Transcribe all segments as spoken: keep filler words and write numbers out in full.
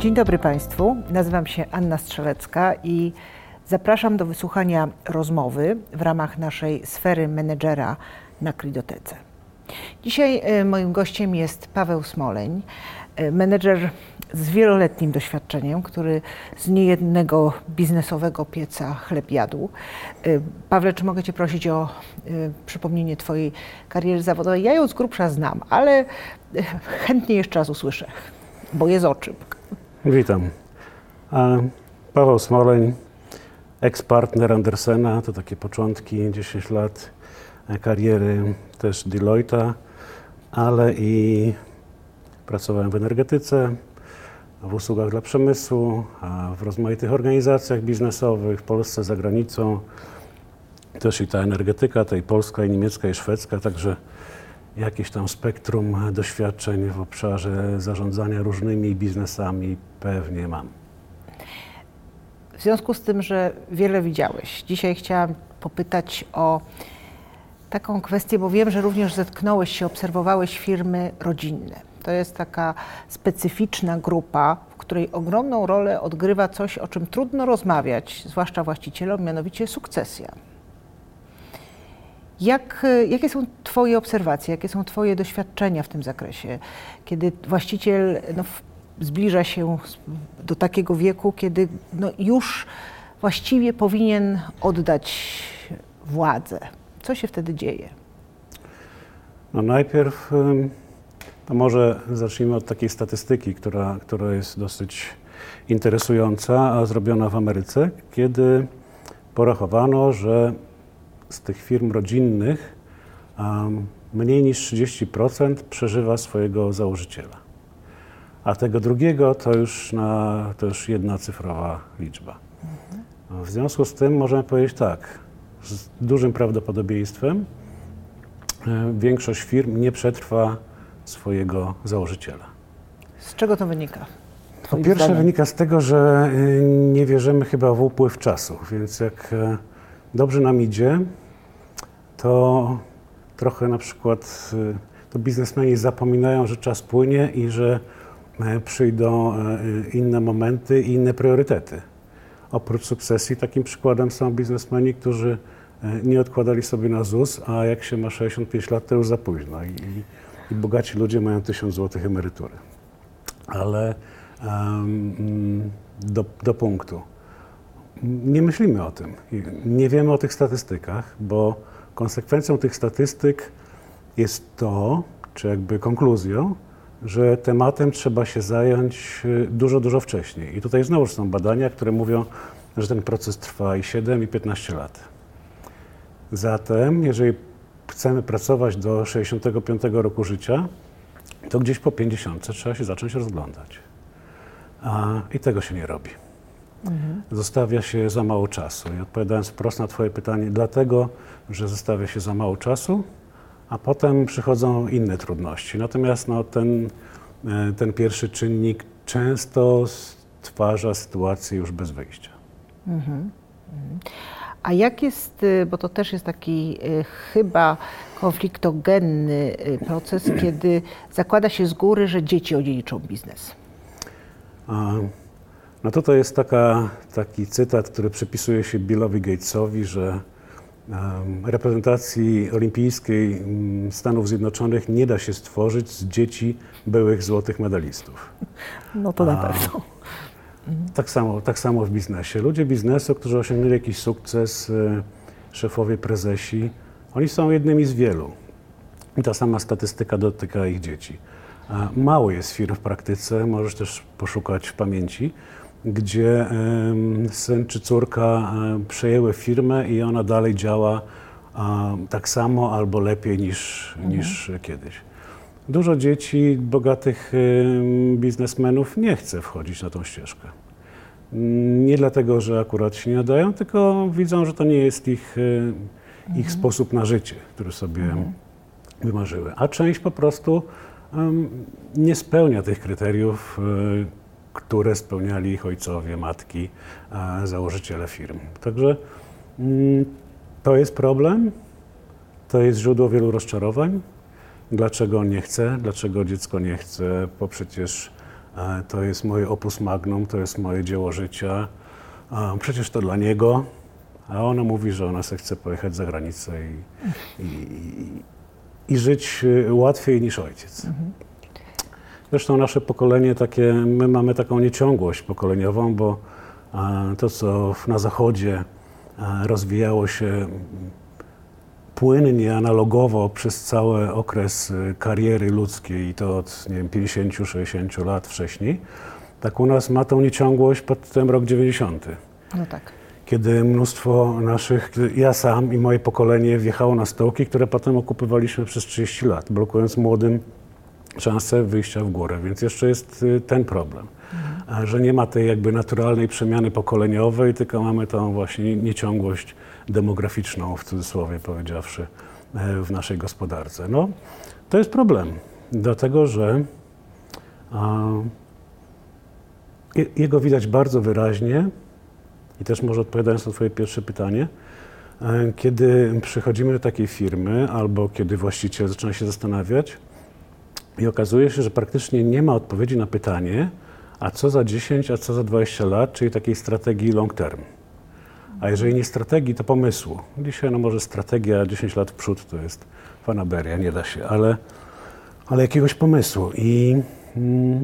Dzień dobry Państwu, nazywam się Anna Strzelecka i zapraszam do wysłuchania rozmowy w ramach naszej sfery menedżera na Cridotece. Dzisiaj moim gościem jest Paweł Smoleń, menedżer z wieloletnim doświadczeniem, który z niejednego biznesowego pieca chleb jadł. Pawle, czy mogę Cię prosić o przypomnienie Twojej kariery zawodowej? Ja ją z grubsza znam, ale chętnie jeszcze raz usłyszę, bo jest o czym. Witam. Paweł Smoleń, eks-partner Andersena, to takie początki, dziesięć lat kariery też Deloitte'a, ale i pracowałem w energetyce, w usługach dla przemysłu, w rozmaitych organizacjach biznesowych w Polsce, za granicą. Też i ta energetyka, tej polska, i niemiecka, i szwedzka, także jakieś tam spektrum doświadczeń w obszarze zarządzania różnymi biznesami pewnie mam. W związku z tym, że wiele widziałeś, dzisiaj chciałam popytać o taką kwestię, bo wiem, że również zetknąłeś się, obserwowałeś firmy rodzinne. To jest taka specyficzna grupa, w której ogromną rolę odgrywa coś, o czym trudno rozmawiać, zwłaszcza właścicielom, mianowicie sukcesja. Jak, jakie są Twoje obserwacje, jakie są Twoje doświadczenia w tym zakresie, kiedy właściciel no, zbliża się do takiego wieku, kiedy no, już właściwie powinien oddać władzę? Co się wtedy dzieje? No najpierw to może zacznijmy od takiej statystyki, która, która jest dosyć interesująca, a zrobiona w Ameryce, kiedy porachowano, że z tych firm rodzinnych um, mniej niż trzydzieści procent przeżywa swojego założyciela. A tego drugiego to już, na, to już jedna cyfrowa liczba. Mhm. W związku z tym możemy powiedzieć tak, z dużym prawdopodobieństwem e, większość firm nie przetrwa swojego założyciela. Z czego to wynika? Po pierwsze zdaniem? Wynika z tego, że y, nie wierzymy chyba w upływ czasu, więc jak y, dobrze nam idzie, to trochę na przykład y, to biznesmeni zapominają, że czas płynie i że y, przyjdą y, inne momenty i inne priorytety. Oprócz sukcesji takim przykładem są biznesmeni, którzy y, nie odkładali sobie na ZUS, a jak się ma sześćdziesiąt pięć lat, to już za późno. I, i bogaci ludzie mają tysiąc złotych emerytury. Ale um, do, do punktu. Nie myślimy o tym. Nie wiemy o tych statystykach, bo konsekwencją tych statystyk jest to, czy jakby konkluzją, że tematem trzeba się zająć dużo, dużo wcześniej. I tutaj znowu są badania, które mówią, że ten proces trwa i siedem, i piętnaście lat. Zatem, jeżeli chcemy pracować do sześćdziesiątego piątego roku życia, to gdzieś po pięćdziesiątce trzeba się zacząć rozglądać. A, I tego się nie robi. Mhm. Zostawia się za mało czasu. I odpowiadając wprost na Twoje pytanie, dlatego, że zostawia się za mało czasu, a potem przychodzą inne trudności. Natomiast no, ten, ten pierwszy czynnik często stwarza sytuację już bez wyjścia. Mhm. Mhm. A jak jest, bo to też jest taki chyba konfliktogenny proces, kiedy zakłada się z góry, że dzieci odziedziczą biznes? A, no to to jest taka, taki cytat, który przypisuje się Billowi Gatesowi, że um, reprezentacji olimpijskiej um, Stanów Zjednoczonych nie da się stworzyć z dzieci byłych złotych medalistów. No to na A, pewno. Tak samo, tak samo w biznesie. Ludzie biznesu, którzy osiągnęli jakiś sukces, szefowie, prezesi, oni są jednymi z wielu. I ta sama statystyka dotyka ich dzieci. Mało jest firm w praktyce, możesz też poszukać w pamięci, gdzie syn czy córka przejęły firmę i ona dalej działa tak samo albo lepiej niż, mhm. niż kiedyś. Dużo dzieci bogatych biznesmenów nie chce wchodzić na tą ścieżkę. Nie dlatego, że akurat się nie nadają, tylko widzą, że to nie jest ich, ich mhm. sposób na życie, który sobie mhm. wymarzyły. A część po prostu um, nie spełnia tych kryteriów, y, które spełniali ich ojcowie, matki, y, założyciele firm. Także y, to jest problem, to jest źródło wielu rozczarowań. Dlaczego on nie chce? Dlaczego dziecko nie chce? Bo przecież e, to jest moje opus magnum, to jest moje dzieło życia, a przecież to dla niego, a ona mówi, że ona se chce pojechać za granicę i, i, i żyć łatwiej niż ojciec. Mhm. Zresztą nasze pokolenie takie, my mamy taką nieciągłość pokoleniową, bo a, to, co na Zachodzie a, rozwijało się płynnie, analogowo przez cały okres kariery ludzkiej i to od, nie wiem, pięćdziesięciu, sześćdziesięciu lat wcześniej, tak u nas ma tą nieciągłość pod ten rok dziewięćdziesiąty. No tak. Kiedy mnóstwo naszych, ja sam i moje pokolenie wjechało na stołki, które potem okupywaliśmy przez trzydzieści lat, blokując młodym szansę wyjścia w górę, więc jeszcze jest ten problem, mhm. że nie ma tej jakby naturalnej przemiany pokoleniowej, tylko mamy tą właśnie nieciągłość demograficzną, w cudzysłowie powiedziawszy, w naszej gospodarce. No, to jest problem, dlatego że a, jego widać bardzo wyraźnie i też może odpowiadając na twoje pierwsze pytanie, kiedy przychodzimy do takiej firmy albo kiedy właściciel zaczyna się zastanawiać, i okazuje się, że praktycznie nie ma odpowiedzi na pytanie, a co za dziesięć, a co za dwadzieścia lat, czyli takiej strategii long term. A jeżeli nie strategii, to pomysłu. Dzisiaj no może strategia dziesięć lat w przód to jest fanaberia, nie da się, ale, ale jakiegoś pomysłu. I mm,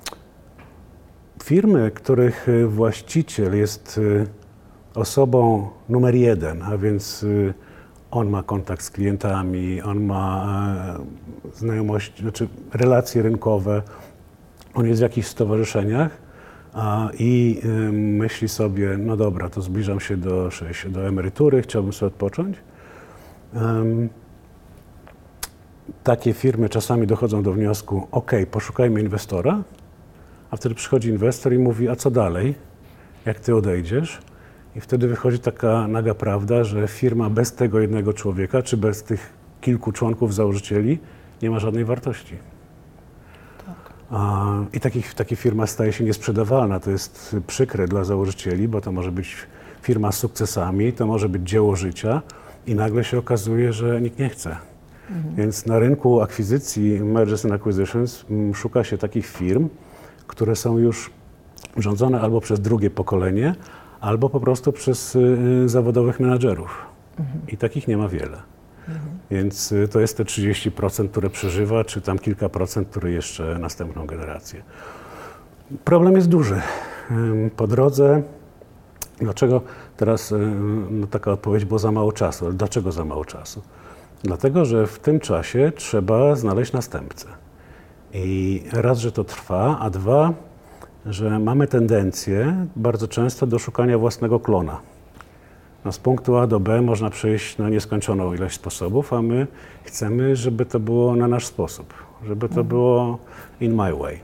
firmy, których właściciel jest osobą numer jeden, a więc on ma kontakt z klientami, on ma e, znajomości, znaczy relacje rynkowe, on jest w jakichś stowarzyszeniach a, i y, myśli sobie, no dobra, to zbliżam się do, do emerytury, chciałbym sobie odpocząć. Um, takie firmy czasami dochodzą do wniosku, ok, poszukajmy inwestora, a wtedy przychodzi inwestor i mówi, a co dalej, jak ty odejdziesz? I wtedy wychodzi taka naga prawda, że firma bez tego jednego człowieka, czy bez tych kilku członków założycieli nie ma żadnej wartości. Tak. A, I takich, taka firma staje się niesprzedawalna. To jest przykre dla założycieli, bo to może być firma z sukcesami, to może być dzieło życia i nagle się okazuje, że nikt nie chce. Mhm. Więc na rynku akwizycji, mergers and acquisitions, m, szuka się takich firm, które są już rządzone albo przez drugie pokolenie, albo po prostu przez y, zawodowych menadżerów. Mhm. I takich nie ma wiele. Mhm. Więc y, to jest te trzydzieści procent, które przeżywa, czy tam kilka procent, które jeszcze następną generację. Problem jest duży. Y, po drodze, dlaczego teraz, y, no taka odpowiedź, było za mało czasu, ale dlaczego za mało czasu? Dlatego, że w tym czasie trzeba znaleźć następcę. I raz, że to trwa, a dwa, że mamy tendencję bardzo często do szukania własnego klona. No, z punktu A do B można przejść na nieskończoną ilość sposobów, a my chcemy, żeby to było na nasz sposób, żeby to było in my way.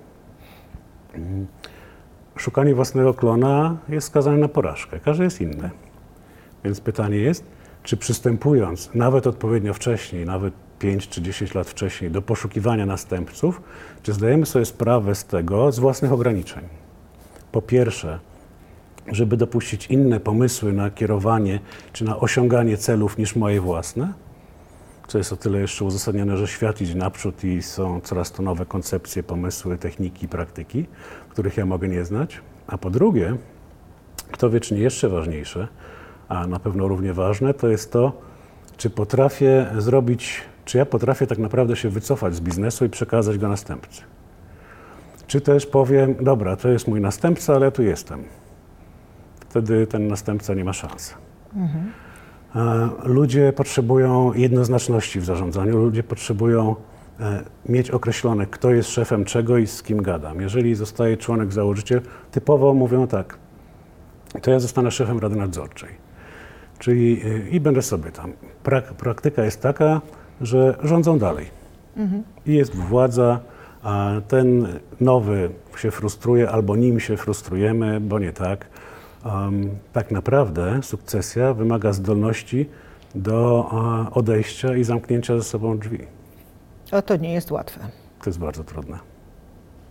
Szukanie własnego klona jest skazane na porażkę, każdy jest inny. Więc pytanie jest, czy przystępując nawet odpowiednio wcześniej, nawet pięć czy dziesięć lat wcześniej do poszukiwania następców, czy zdajemy sobie sprawę z tego, z własnych ograniczeń. Po pierwsze, żeby dopuścić inne pomysły na kierowanie czy na osiąganie celów niż moje własne, co jest o tyle jeszcze uzasadnione, że świat idzie naprzód i są coraz to nowe koncepcje, pomysły, techniki, praktyki, których ja mogę nie znać. A po drugie, kto wie, czy nie jeszcze ważniejsze, a na pewno równie ważne, to jest to, czy potrafię zrobić, czy ja potrafię tak naprawdę się wycofać z biznesu i przekazać go następcy. Czy też powiem, dobra, to jest mój następca, ale ja tu jestem. Wtedy ten następca nie ma szans. Mhm. Ludzie potrzebują jednoznaczności w zarządzaniu, ludzie potrzebują mieć określone, kto jest szefem czego i z kim gadam. Jeżeli zostaje członek założyciel, typowo mówią tak, to ja zostanę szefem Rady Nadzorczej. Czyli i będę sobie tam. Prak, praktyka jest taka, że rządzą dalej. Mhm. I jest władza, a ten nowy się frustruje, albo nim się frustrujemy, bo nie tak. Um, tak naprawdę sukcesja wymaga zdolności do uh, odejścia i zamknięcia ze sobą drzwi. A to nie jest łatwe. To jest bardzo trudne.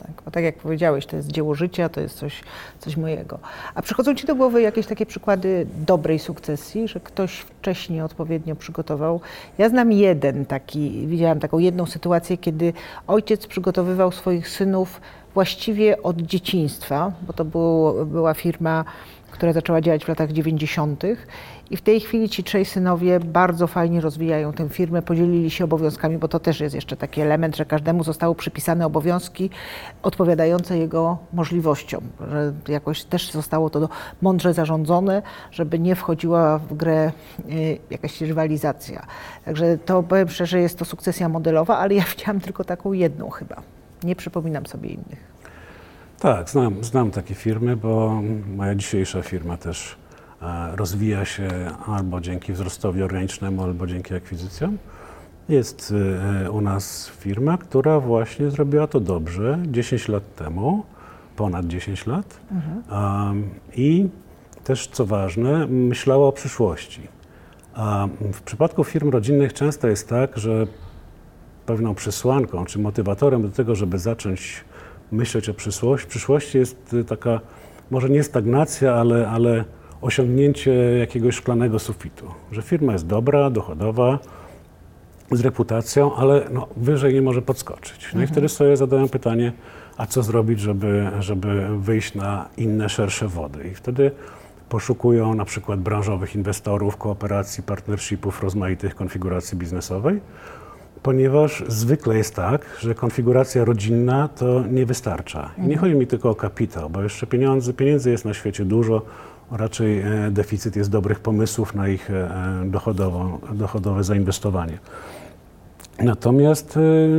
Tak, bo tak jak powiedziałeś, to jest dzieło życia, to jest coś, coś mojego. A przychodzą Ci do głowy jakieś takie przykłady dobrej sukcesji, że ktoś wcześniej odpowiednio przygotował? Ja znam jeden taki, widziałam taką jedną sytuację, kiedy ojciec przygotowywał swoich synów właściwie od dzieciństwa, bo to było, była firma, która zaczęła działać w latach dziewięćdziesiątych i w tej chwili ci trzej synowie bardzo fajnie rozwijają tę firmę, podzielili się obowiązkami, bo to też jest jeszcze taki element, że każdemu zostały przypisane obowiązki odpowiadające jego możliwościom, że jakoś też zostało to mądrze zarządzone, żeby nie wchodziła w grę y, jakaś rywalizacja. Także to, powiem szczerze, jest to sukcesja modelowa, ale ja widziałam tylko taką jedną chyba. Nie przypominam sobie innych. Tak, znam, znam takie firmy, bo moja dzisiejsza firma też e, rozwija się albo dzięki wzrostowi organicznemu, albo dzięki akwizycjom. Jest e, u nas firma, która właśnie zrobiła to dobrze dziesięć lat temu, ponad dziesięć lat. Mhm. Um, I też, co ważne, myślała o przyszłości. A w przypadku firm rodzinnych często jest tak, że pewną przesłanką czy motywatorem do tego, żeby zacząć myśleć o przyszłości, przyszłości jest taka, może nie stagnacja, ale, ale osiągnięcie jakiegoś szklanego sufitu. Że firma jest dobra, dochodowa, z reputacją, ale no, wyżej nie może podskoczyć. No mhm. i wtedy sobie zadają pytanie, a co zrobić, żeby, żeby wyjść na inne, szersze wody. I wtedy poszukują na przykład branżowych inwestorów, kooperacji, partnershipów, rozmaitych konfiguracji biznesowej. Ponieważ zwykle jest tak, że konfiguracja rodzinna to nie wystarcza. I nie chodzi mi tylko o kapitał, bo jeszcze pieniądze, pieniędzy jest na świecie dużo, raczej deficyt jest dobrych pomysłów na ich dochodowo, dochodowe zainwestowanie. Natomiast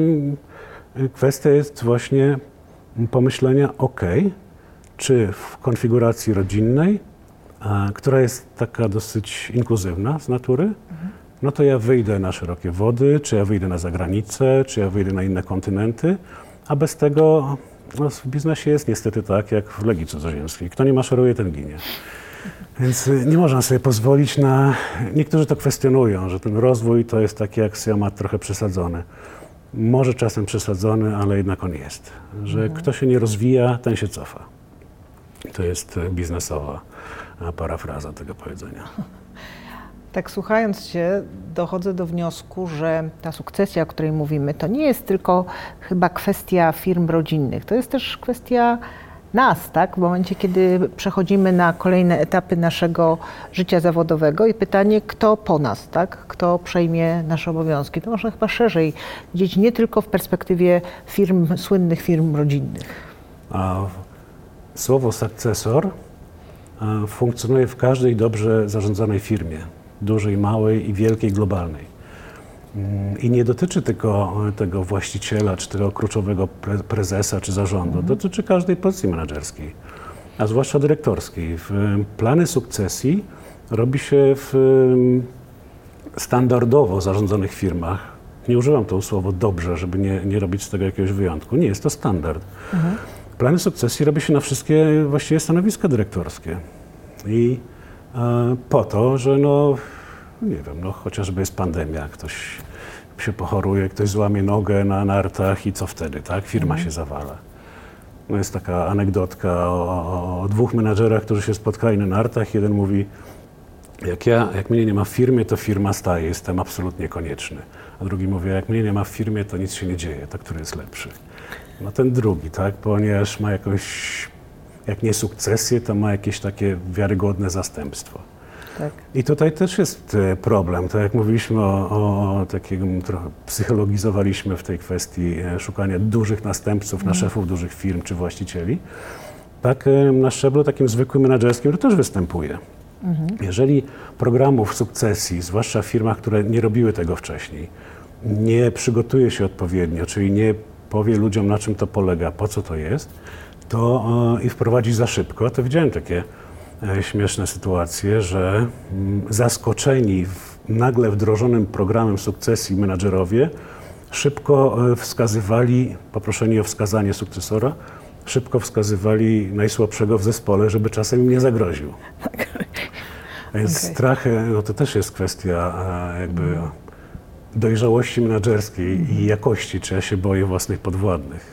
kwestia jest właśnie pomyślenia, ok, czy w konfiguracji rodzinnej, która jest taka dosyć inkluzywna z natury, mhm. no to ja wyjdę na szerokie wody, czy ja wyjdę na zagranicę, czy ja wyjdę na inne kontynenty, a bez tego no, w biznesie jest niestety tak, jak w Legii Cudzoziemskiej. Kto nie maszeruje, ten ginie. Więc nie można sobie pozwolić na... Niektórzy to kwestionują, że ten rozwój to jest taki aksjomat trochę przesadzony. Może czasem przesadzony, ale jednak on jest. Że mhm. kto się nie rozwija, ten się cofa. To jest biznesowa parafraza tego powiedzenia. Tak słuchając Cię, dochodzę do wniosku, że ta sukcesja, o której mówimy, to nie jest tylko chyba kwestia firm rodzinnych, to jest też kwestia nas, tak? W momencie, kiedy przechodzimy na kolejne etapy naszego życia zawodowego i pytanie, kto po nas, tak? Kto przejmie nasze obowiązki. To można chyba szerzej widzieć, nie tylko w perspektywie firm, słynnych firm rodzinnych. A słowo sukcesor funkcjonuje w każdej dobrze zarządzanej firmie. Dużej, małej i wielkiej, globalnej. I nie dotyczy tylko tego właściciela, czy tego kluczowego pre prezesa, czy zarządu. Mhm. Dotyczy każdej pozycji menedżerskiej, a zwłaszcza dyrektorskiej. Plany sukcesji robi się w standardowo zarządzanych firmach. Nie używam to słowo dobrze, żeby nie, nie robić z tego jakiegoś wyjątku. Nie, jest to standard. Mhm. Plany sukcesji robi się na wszystkie właściwie stanowiska dyrektorskie. I po to, że no, nie wiem, no chociażby jest pandemia, ktoś się pochoruje, ktoś złamie nogę na nartach i co wtedy, tak? Firma mhm. się zawala. No jest taka anegdotka o, o dwóch menadżerach, którzy się spotkali na nartach. Jeden mówi, jak ja, jak mnie nie ma w firmie, to firma staje, jestem absolutnie konieczny. A drugi mówi, jak mnie nie ma w firmie, to nic się nie dzieje, to który jest lepszy? No ten drugi, tak? Ponieważ ma jakąś, jak nie sukcesję, to ma jakieś takie wiarygodne zastępstwo. Tak. I tutaj też jest problem, tak jak mówiliśmy o, o takim trochę psychologizowaliśmy w tej kwestii szukania dużych następców mm. na szefów dużych firm czy właścicieli, tak na szczeblu takim zwykłym menedżerskim to też występuje. Mm-hmm. Jeżeli programów sukcesji, zwłaszcza w firmach, które nie robiły tego wcześniej, nie przygotuje się odpowiednio, czyli nie powie ludziom, na czym to polega, po co to jest, to o, i wprowadzi za szybko, to widziałem takie śmieszne sytuacje, że zaskoczeni w nagle wdrożonym programem sukcesji menadżerowie szybko wskazywali, poproszeni o wskazanie sukcesora, szybko wskazywali najsłabszego w zespole, żeby czasem im nie zagroził. Więc okay. strach, no to też jest kwestia jakby mm. dojrzałości menadżerskiej mm. i jakości, czy ja się boję własnych podwładnych.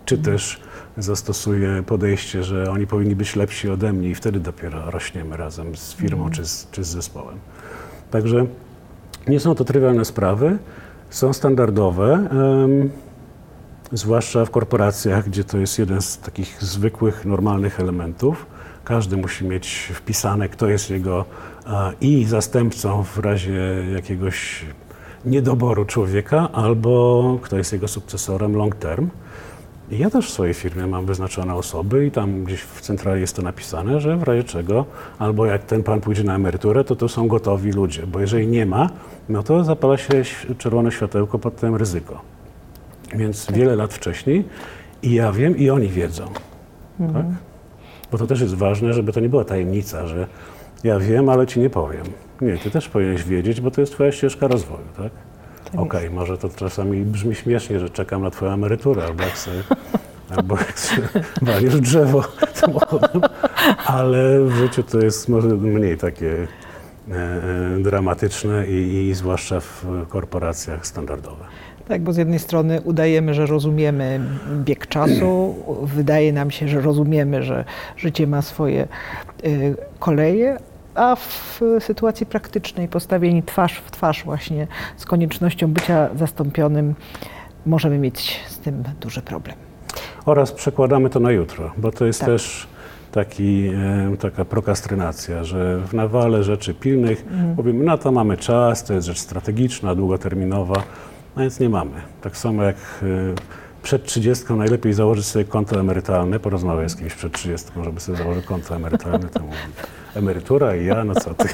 Czy też zastosuję podejście, że oni powinni być lepsi ode mnie i wtedy dopiero rośniemy razem z firmą mm. czy, z, czy z zespołem. Także nie są to trywialne sprawy, są standardowe, um, zwłaszcza w korporacjach, gdzie to jest jeden z takich zwykłych, normalnych elementów. Każdy musi mieć wpisane, kto jest jego a, i zastępcą w razie jakiegoś niedoboru człowieka, albo kto jest jego sukcesorem long term. I ja też w swojej firmie mam wyznaczone osoby i tam gdzieś w centrali jest to napisane, że w razie czego, albo jak ten pan pójdzie na emeryturę, to to są gotowi ludzie, bo jeżeli nie ma, no to zapala się czerwone światełko pod tym ryzyko. Więc tak. Wiele lat wcześniej i ja wiem, i oni wiedzą. Mhm. Tak? Bo to też jest ważne, żeby to nie była tajemnica, że ja wiem, ale ci nie powiem. Nie, ty też powinieneś wiedzieć, bo to jest twoja ścieżka rozwoju, tak? Okej, okay, może to czasami brzmi śmiesznie, że czekam na twoją emeryturę, albo jak sobie, albo jak sobie walisz drzewo samochodem, ale w życiu to jest może mniej takie e, e, dramatyczne i, i zwłaszcza w korporacjach standardowe. Tak, bo z jednej strony udajemy, że rozumiemy bieg czasu, wydaje nam się, że rozumiemy, że życie ma swoje y, koleje, a w sytuacji praktycznej, postawieni twarz w twarz właśnie z koniecznością bycia zastąpionym, możemy mieć z tym duży problem. Oraz przekładamy to na jutro, bo to jest tak. też taki, e, taka prokrastynacja, że w nawale rzeczy pilnych mm. mówimy, no to mamy czas, to jest rzecz strategiczna, długoterminowa, no więc nie mamy. Tak samo jak e, przed trzydziestką najlepiej założyć sobie konto emerytalne, porozmawiać z kimś przed trzydziestką, żeby sobie założył konto emerytalne, to mówi, emerytura i ja, no co ty.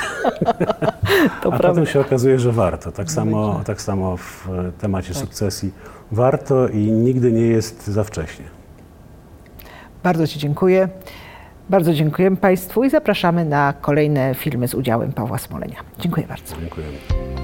To A potem się okazuje, że warto. Tak samo, tak samo w temacie tak. sukcesji warto i nigdy nie jest za wcześnie. Bardzo ci dziękuję. Bardzo dziękujemy Państwu i zapraszamy na kolejne filmy z udziałem Pawła Smolenia. Dziękuję bardzo. Dziękujemy.